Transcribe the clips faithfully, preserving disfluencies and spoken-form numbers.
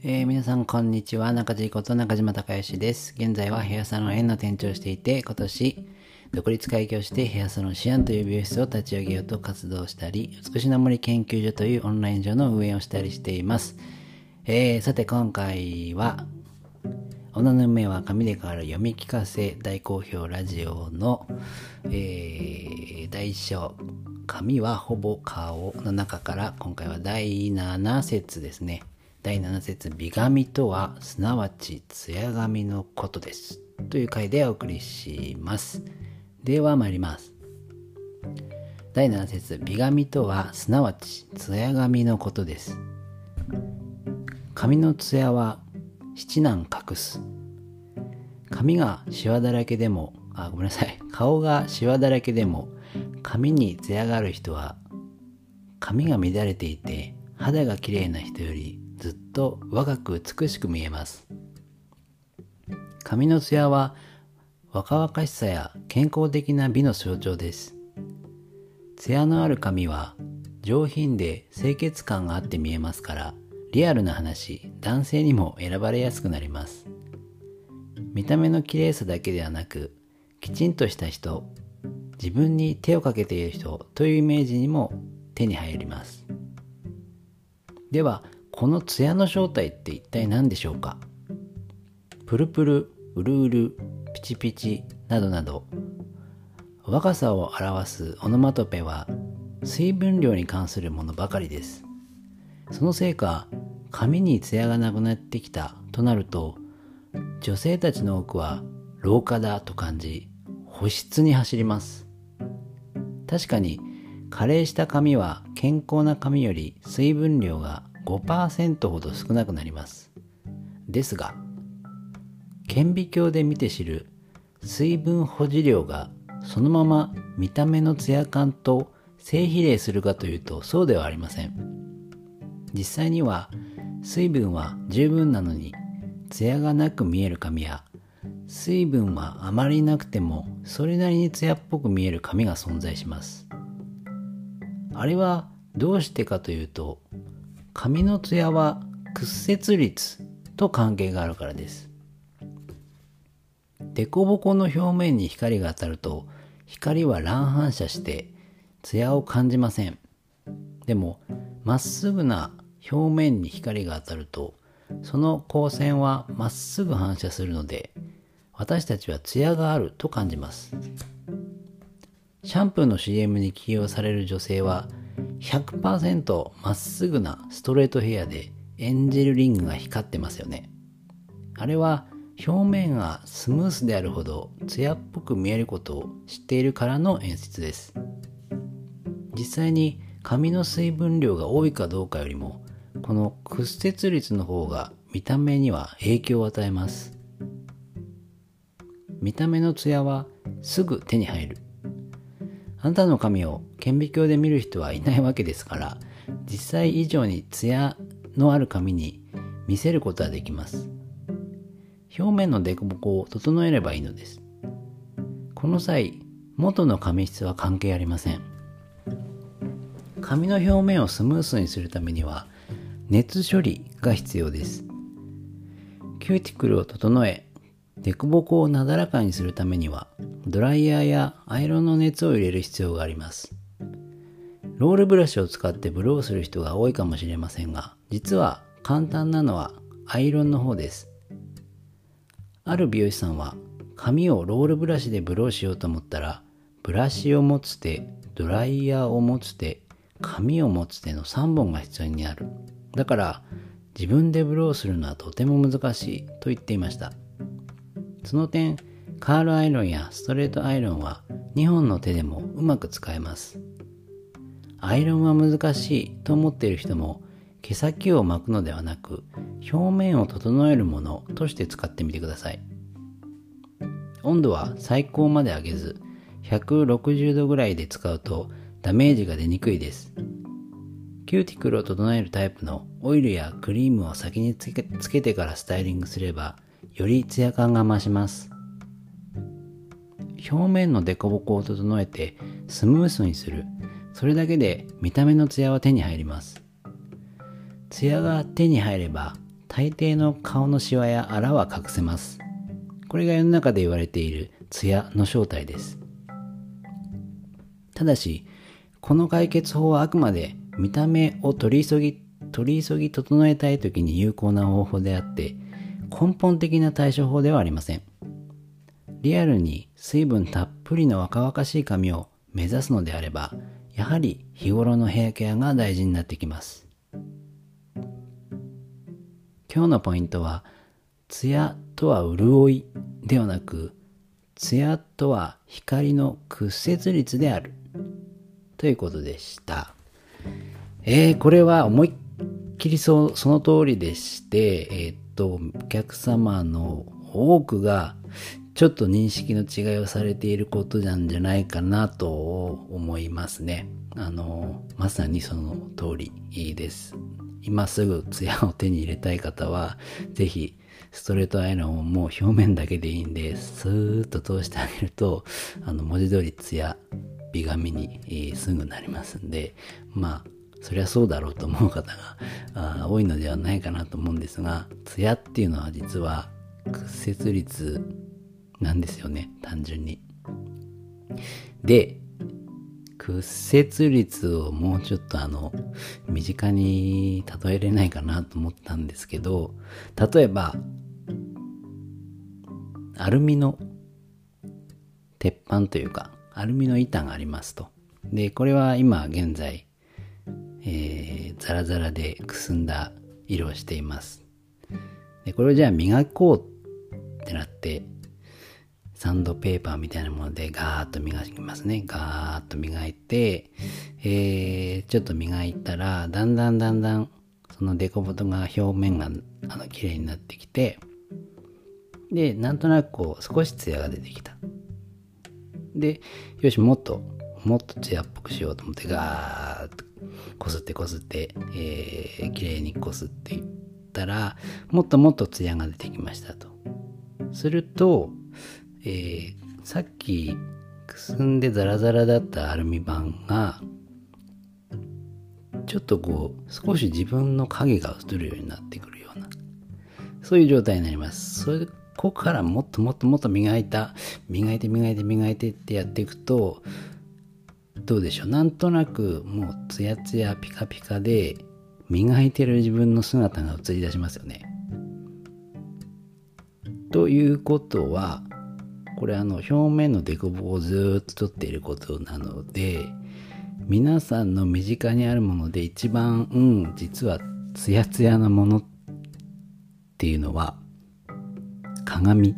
えー皆さんこんにちは。中地こと中島孝義です。現在はヘアサロン園の店長をしていて、今年独立開業してヘアサロンシアンという美容室を立ち上げようと活動したり、美しの森研究所というオンライン上の運営をしたりしています。えー、さて今回は女の運命は紙で変わる読み聞かせ大好評ラジオの、えー、大章紙はほぼ顔の中から今回はだいなな節ですね。だいなな節美髪とはすなわち艶髪のことですという回でお送りします。では参ります。だいなな節美髪とはすなわち艶髪のことです。髪の艶は七難隠す。髪がシワだらけでもあごめんなさい顔がシワだらけでも髪に艶がある人は髪が乱れていて肌が綺麗な人よりずっと若く美しく見えます。髪の艶は若々しさや健康的な美の象徴です。艶のある髪は上品で清潔感があって見えますから、リアルな話、男性にも選ばれやすくなります。見た目の綺麗さだけではなく、きちんとした人、自分に手をかけている人というイメージにも手に入ります。では、この艶の正体って一体何でしょうか。プルプル、うるうる、ピチピチなどなど、若さを表すオノマトペは水分量に関するものばかりです。そのせいか、髪に艶がなくなってきたとなると、女性たちの多くは老化だと感じ、保湿に走ります。確かに、加齢した髪は健康な髪より水分量がごパーセントほど少なくなります。ですが、顕微鏡で見て知る水分保持量がそのまま見た目のツヤ感と正比例するかというとそうではありません。実際には水分は十分なのにツヤがなく見える髪や、水分はあまりなくてもそれなりにツヤっぽく見える髪が存在します。あれはどうしてかというと、髪のツヤは屈折率と関係があるからです。デコボコの表面に光が当たると、光は乱反射してツヤを感じません。でも、まっすぐな表面に光が当たると、その光線はまっすぐ反射するので、私たちはツヤがあると感じます。シャンプーの シーエム に起用される女性は、ひゃくパーセント まっすぐなストレートヘアでエンジェルリングが光ってますよね。あれは表面がスムースであるほどツヤっぽく見えることを知っているからの演出です。実際に髪の水分量が多いかどうかよりも、この屈折率の方が見た目には影響を与えます。見た目のツヤはすぐ手に入る。あなたの髪を顕微鏡で見る人はいないわけですから、実際以上にツヤのある髪に見せることはできます。表面の凸凹を整えればいいのです。この際、元の髪質は関係ありません。髪の表面をスムースにするためには、熱処理が必要です。キューティクルを整え、凸凹をなだらかにするためには、ドライヤーやアイロンの熱を入れる必要があります。ロールブラシを使ってブローする人が多いかもしれませんが、実は簡単なのはアイロンの方です。ある美容師さんは、髪をロールブラシでブローしようと思ったら、ブラシを持つ手、ドライヤーを持つ手、髪を持つ手のさんぼんが必要になる。だから、自分でブローするのはとても難しいと言っていました。その点、カールアイロンやストレートアイロンはにほんの手でもうまく使えます。アイロンは難しいと思っている人も、毛先を巻くのではなく、表面を整えるものとして使ってみてください。温度は最高まで上げず、ひゃくろくじゅうどぐらいで使うとダメージが出にくいです。キューティクルを整えるタイプのオイルやクリームを先につけ、つけてからスタイリングすれば、よりツヤ感が増します。表面の凸凹を整えてスムースにする。それだけで見た目のツヤは手に入ります。ツヤが手に入れば大抵の顔のシワやあらは隠せます。これが世の中で言われているツヤの正体です。ただし、この解決法はあくまで見た目を取り急ぎ、取り急ぎ整えたいときに有効な方法であって、根本的な対処法ではありません。リアルに水分たっぷりの若々しい髪を目指すのであれば、やはり日頃のヘアケアが大事になってきます。今日のポイントは、ツヤとは潤いではなく、ツヤとは光の屈折率であるということでした。えー、これは思いっきりそその通りでして、えー、っとお客様の多くがちょっと認識の違いをされていることなんじゃないかなと思いますね。あのまさにその通りです。今すぐツヤを手に入れたい方はぜひストレートアイロンをもう表面だけでいいんでスーッと通してあげると、あの文字通りツヤ美髪に、えー、すぐなりますんで、まあそりゃそうだろうと思う方があ多いのではないかなと思うんですが、ツヤっていうのは実は屈折率なんですよね、単純に。で、屈折率をもうちょっとあの身近に例えれないかなと思ったんですけど、例えばアルミの鉄板というかアルミの板がありますと。で、これは今現在、えー、ザラザラでくすんだ色をしています。で、これをじゃあ磨こうってなってサンドペーパーみたいなものでガーッと磨きますね。ガーッと磨いて、えー、ちょっと磨いたらだんだんだんだんそのデコボトが表面があの綺麗になってきて、でなんとなくこう少しツヤが出てきた。でよし、もっともっとツヤっぽくしようと思ってガーッとこすってこすって、えー、綺麗にこすっていったらもっともっとツヤが出てきましたと。するとえー、さっきくすんでザラザラだったアルミ板がちょっとこう少し自分の影が映るようになってくるような、そういう状態になります。そこからもっともっともっと磨いた磨いて磨いて磨いてってやっていくとどうでしょう、なんとなくもうツヤツヤピカピカで磨いてる自分の姿が映り出しますよね。ということはこれあの表面のデコボコをずーっと取っていることなので、皆さんの身近にあるもので一番うん実はツヤツヤなものっていうのは鏡、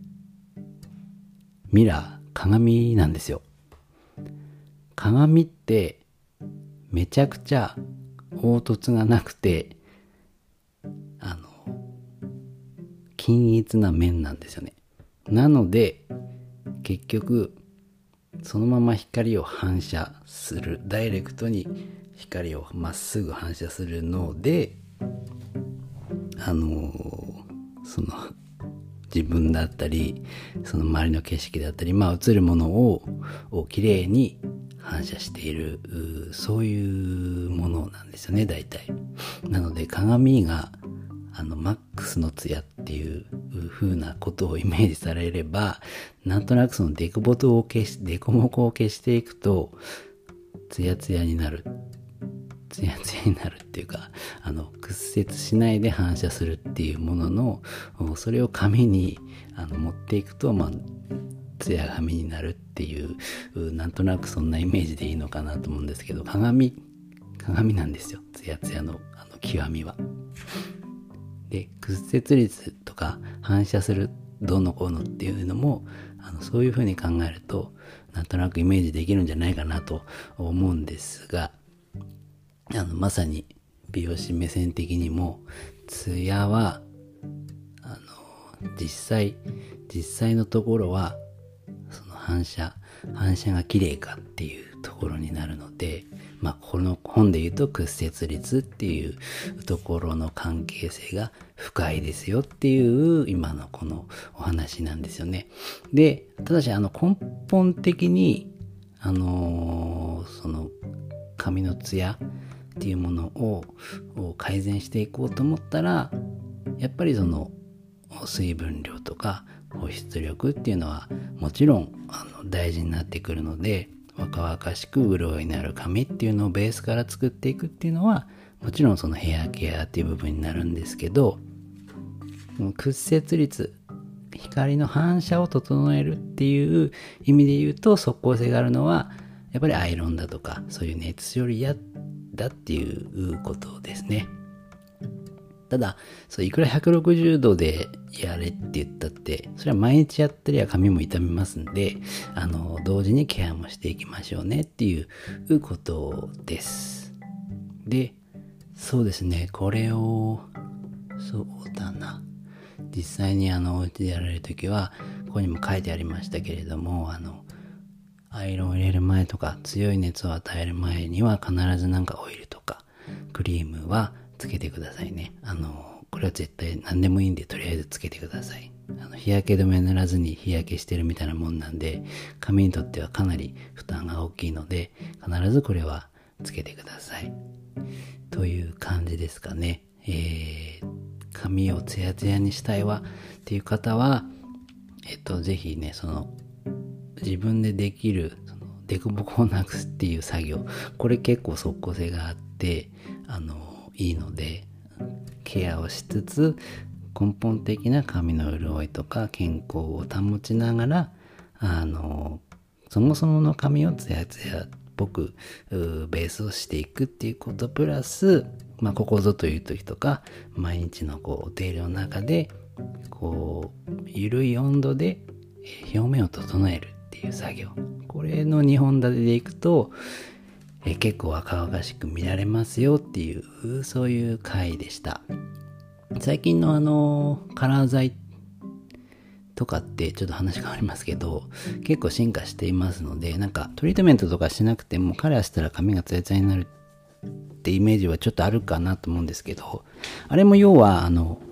ミラー、鏡なんですよ。鏡ってめちゃくちゃ凹凸がなくてあの均一な面なんですよね。なので結局そのまま光を反射する、ダイレクトに光をまっすぐ反射するので、あのー、その自分だったりその周りの景色だったり、まあ映るものをを綺麗に反射している、そういうものなんですよね、大体。なので鏡があのマックスのツヤっていう風なことをイメージされれば、なんとなくそのデコボトを消しデコモコを消していくとツヤツヤになるツヤツヤになるっていうか、あの屈折しないで反射するっていうものの、それを紙にあの持っていくとまあツヤ紙になるっていう、なんとなくそんなイメージでいいのかなと思うんですけど、鏡鏡なんですよ、ツヤツヤのあの極みは。で屈折率とか反射するどうのこうのっていうのもあのそういうふうに考えるとなんとなくイメージできるんじゃないかなと思うんですが、あのまさに美容師目線的にもツヤはあの実際実際のところはその反射反射が綺麗かっていうところになるので、まあこの本で言うと屈折率っていうところの関係性が深いですよっていう今のこのお話なんですよね。で、ただしあの根本的にあのー、その髪のツヤっていうものを改善していこうと思ったら、 やっぱりその水分量とか保湿力っていうのはもちろんあの大事になってくるので、若々しく潤いのある髪っていうのをベースから作っていくっていうのはもちろんそのヘアケアっていう部分になるんですけど、屈折率、光の反射を整えるっていう意味で言うと、即効性があるのはやっぱりアイロンだとかそういう熱処理やだっていうことですね。ただそういくらひゃくろくじゅうどでやれって言ったって、それは毎日やったりは髪も傷みますんで、あの同時にケアもしていきましょうねっていうことです。で、そうですね、これをそうだな実際にあのお家でやられるときは、ここにも書いてありましたけれども、あのアイロンを入れる前とか強い熱を与える前には必ずなんかオイルとかクリームはつけてくださいね。あのこれは絶対何でもいいんで、とりあえずつけてください。あの日焼け止め塗らずに日焼けしてるみたいなもんなんで、髪にとってはかなり負担が大きいので、必ずこれはつけてくださいという感じですかね。えー、髪をツヤツヤにしたいわっていう方は、えっとぜひね、その自分でできるそのデコボコをなくすっていう作業、これ結構即効性があってあのいいので、ケアをしつつ根本的な髪の潤いとか健康を保ちながら、あのそもそもの髪をツヤツヤっぽくベースをしていくっていうことプラス、まあ、ここぞという時とか毎日のこうお手入れの中でこう緩い温度で表面を整えるっていう作業、これのにほん立てでいくとえ結構若々しく見られますよっていう、そういう回でした。最近のあのカラー剤とかってちょっと話変わりますけど、結構進化していますので、なんかトリートメントとかしなくてもカラーしたら髪がツヤツヤになるってイメージはちょっとあるかなと思うんですけど、あれも要はあの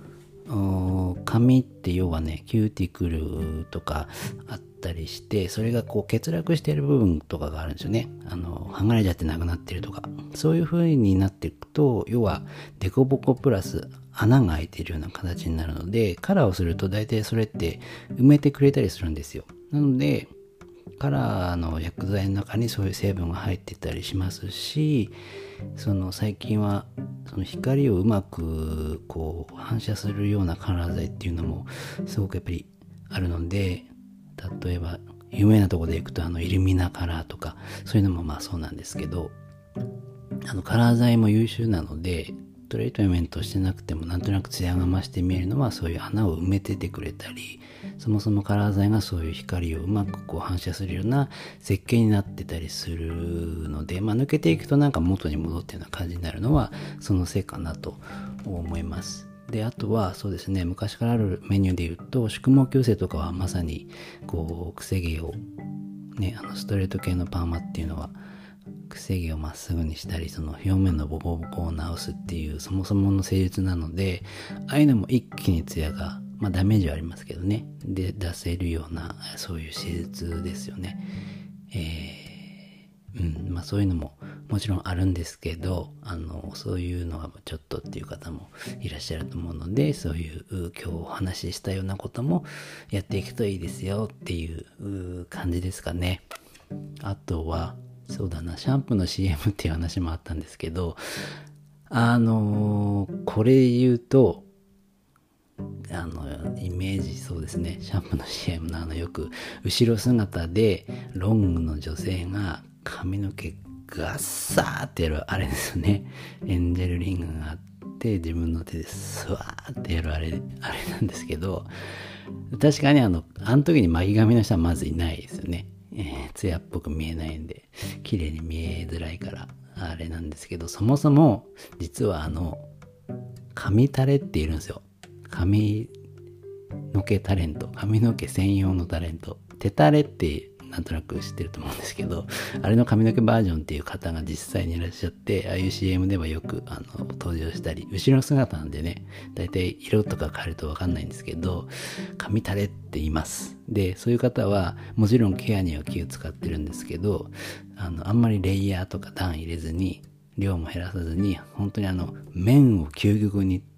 髪って要はねキューティクルとかあったりして、それがこう欠落している部分とかがあるんですよね。あの剥がれちゃってなくなってるとか、そういう風になっていくと、要はデコボコプラス穴が開いているような形になるので、カラーをすると大体それって埋めてくれたりするんですよ。なのでカラーの薬剤の中にそういう成分が入ってたりしますし、その最近はその光をうまくこう反射するようなカラー剤っていうのもすごくやっぱりあるので、例えば有名なところでいくとあのイルミナカラーとかそういうのもまあそうなんですけど、あのカラー剤も優秀なので、トリートメントしてなくてもなんとなく艶が増して見えるのはそういう穴を埋めててくれたり、そもそもカラー剤がそういう光をうまくこう反射するような設計になってたりするので、まあ、抜けていくとなんか元に戻ってるような感じになるのはそのせいかなと思います。で、あとはそうですね、昔からあるメニューで言うと宿毛矯正とかはまさにこうくせ毛をね、あのストレート系のパーマっていうのはくせ毛をまっすぐにしたり、その表面のボコボコを直すっていうそもそもの施術なので、ああいうのも一気にツヤが、まあダメージはありますけどね、で出せるようなそういう施術ですよね。えー、うんまあそういうのももちろんあるんですけど、あのそういうのはちょっとっていう方もいらっしゃると思うので、そういう今日お話ししたようなこともやっていくといいですよっていう感じですかね。あとはそうだな、シャンプーの シーエム っていう話もあったんですけど、あのー、これ言うとあのイメージ、そうですね、シャンプーの シーエム のあのよく後ろ姿でロングの女性が髪の毛ガッサーってやるあれですよね。エンジェルリングがあって自分の手でスワーってやるあれあれなんですけど、確かにあのあの時に巻き髪の人はまずいないですよね。えー、艶っぽく見えないんで綺麗に見えづらいからあれなんですけど、そもそも実はあの髪タレっているんですよ。髪の毛タレント、髪の毛専用のタレント、手タレってなんとなく知ってると思うんですけど、あれの髪の毛バージョンっていう方が実際にいらっしゃって、ああいう シーエム ではよくあの登場したり、後ろ姿なんでね、だいたい色とか変えると分かんないんですけど、髪タレって言います。で、そういう方はもちろんケアには気を使ってるんですけど、あのあんまりレイヤーとか段入れずに、量も減らさずに、本当にあの面を究極に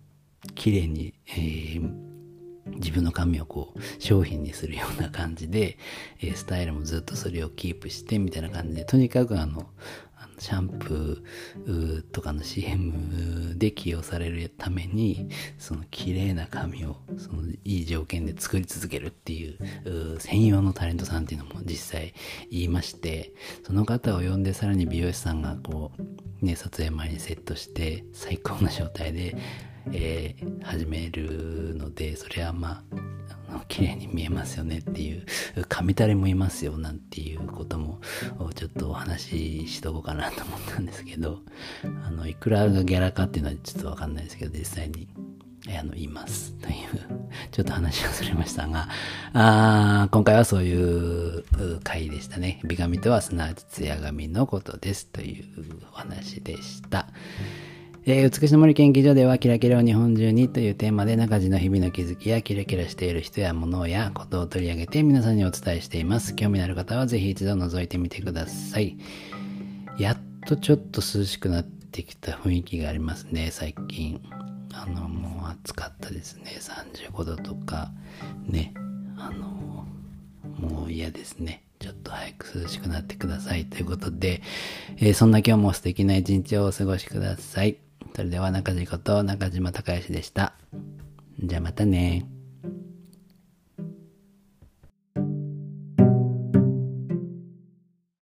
綺麗に、えー自分の髪をこう商品にするような感じで、えースタイルもずっとそれをキープしてみたいな感じで、とにかくあのあのシャンプーとかの シーエム で起用されるために、その綺麗な髪をそのいい条件で作り続けるっていうう専用のタレントさんっていうのも実際言いまして、その方を呼んでさらに美容師さんがこうね、撮影前にセットして最高な状態でえー、始めるので、それはまああの綺麗に見えますよねっていう、髪垂れもいますよなんていうこともちょっとお話ししとこうかなと思ったんですけど、あのいくらがギャラかっていうのはちょっとわかんないですけど、実際にあのいますというちょっと話がそれましたが、あ今回はそういう回でしたね。美髪とはすなわちツヤ髪のことですというお話でした。えー、美しの森研究所ではキラキラを日本中にというテーマで中地の日々の気づきやキラキラしている人や物やことを取り上げて皆さんにお伝えしています。興味のある方はぜひ一度覗いてみてください。やっとちょっと涼しくなってきた雰囲気がありますね、最近。あの、もう暑かったですね。さんじゅうごどとか、ね。あの、もう嫌ですね。ちょっと早く涼しくなってくださいということで、えー、そんな今日も素敵な一日をお過ごしください。それでは中地こと中島孝義でした。じゃあまたね。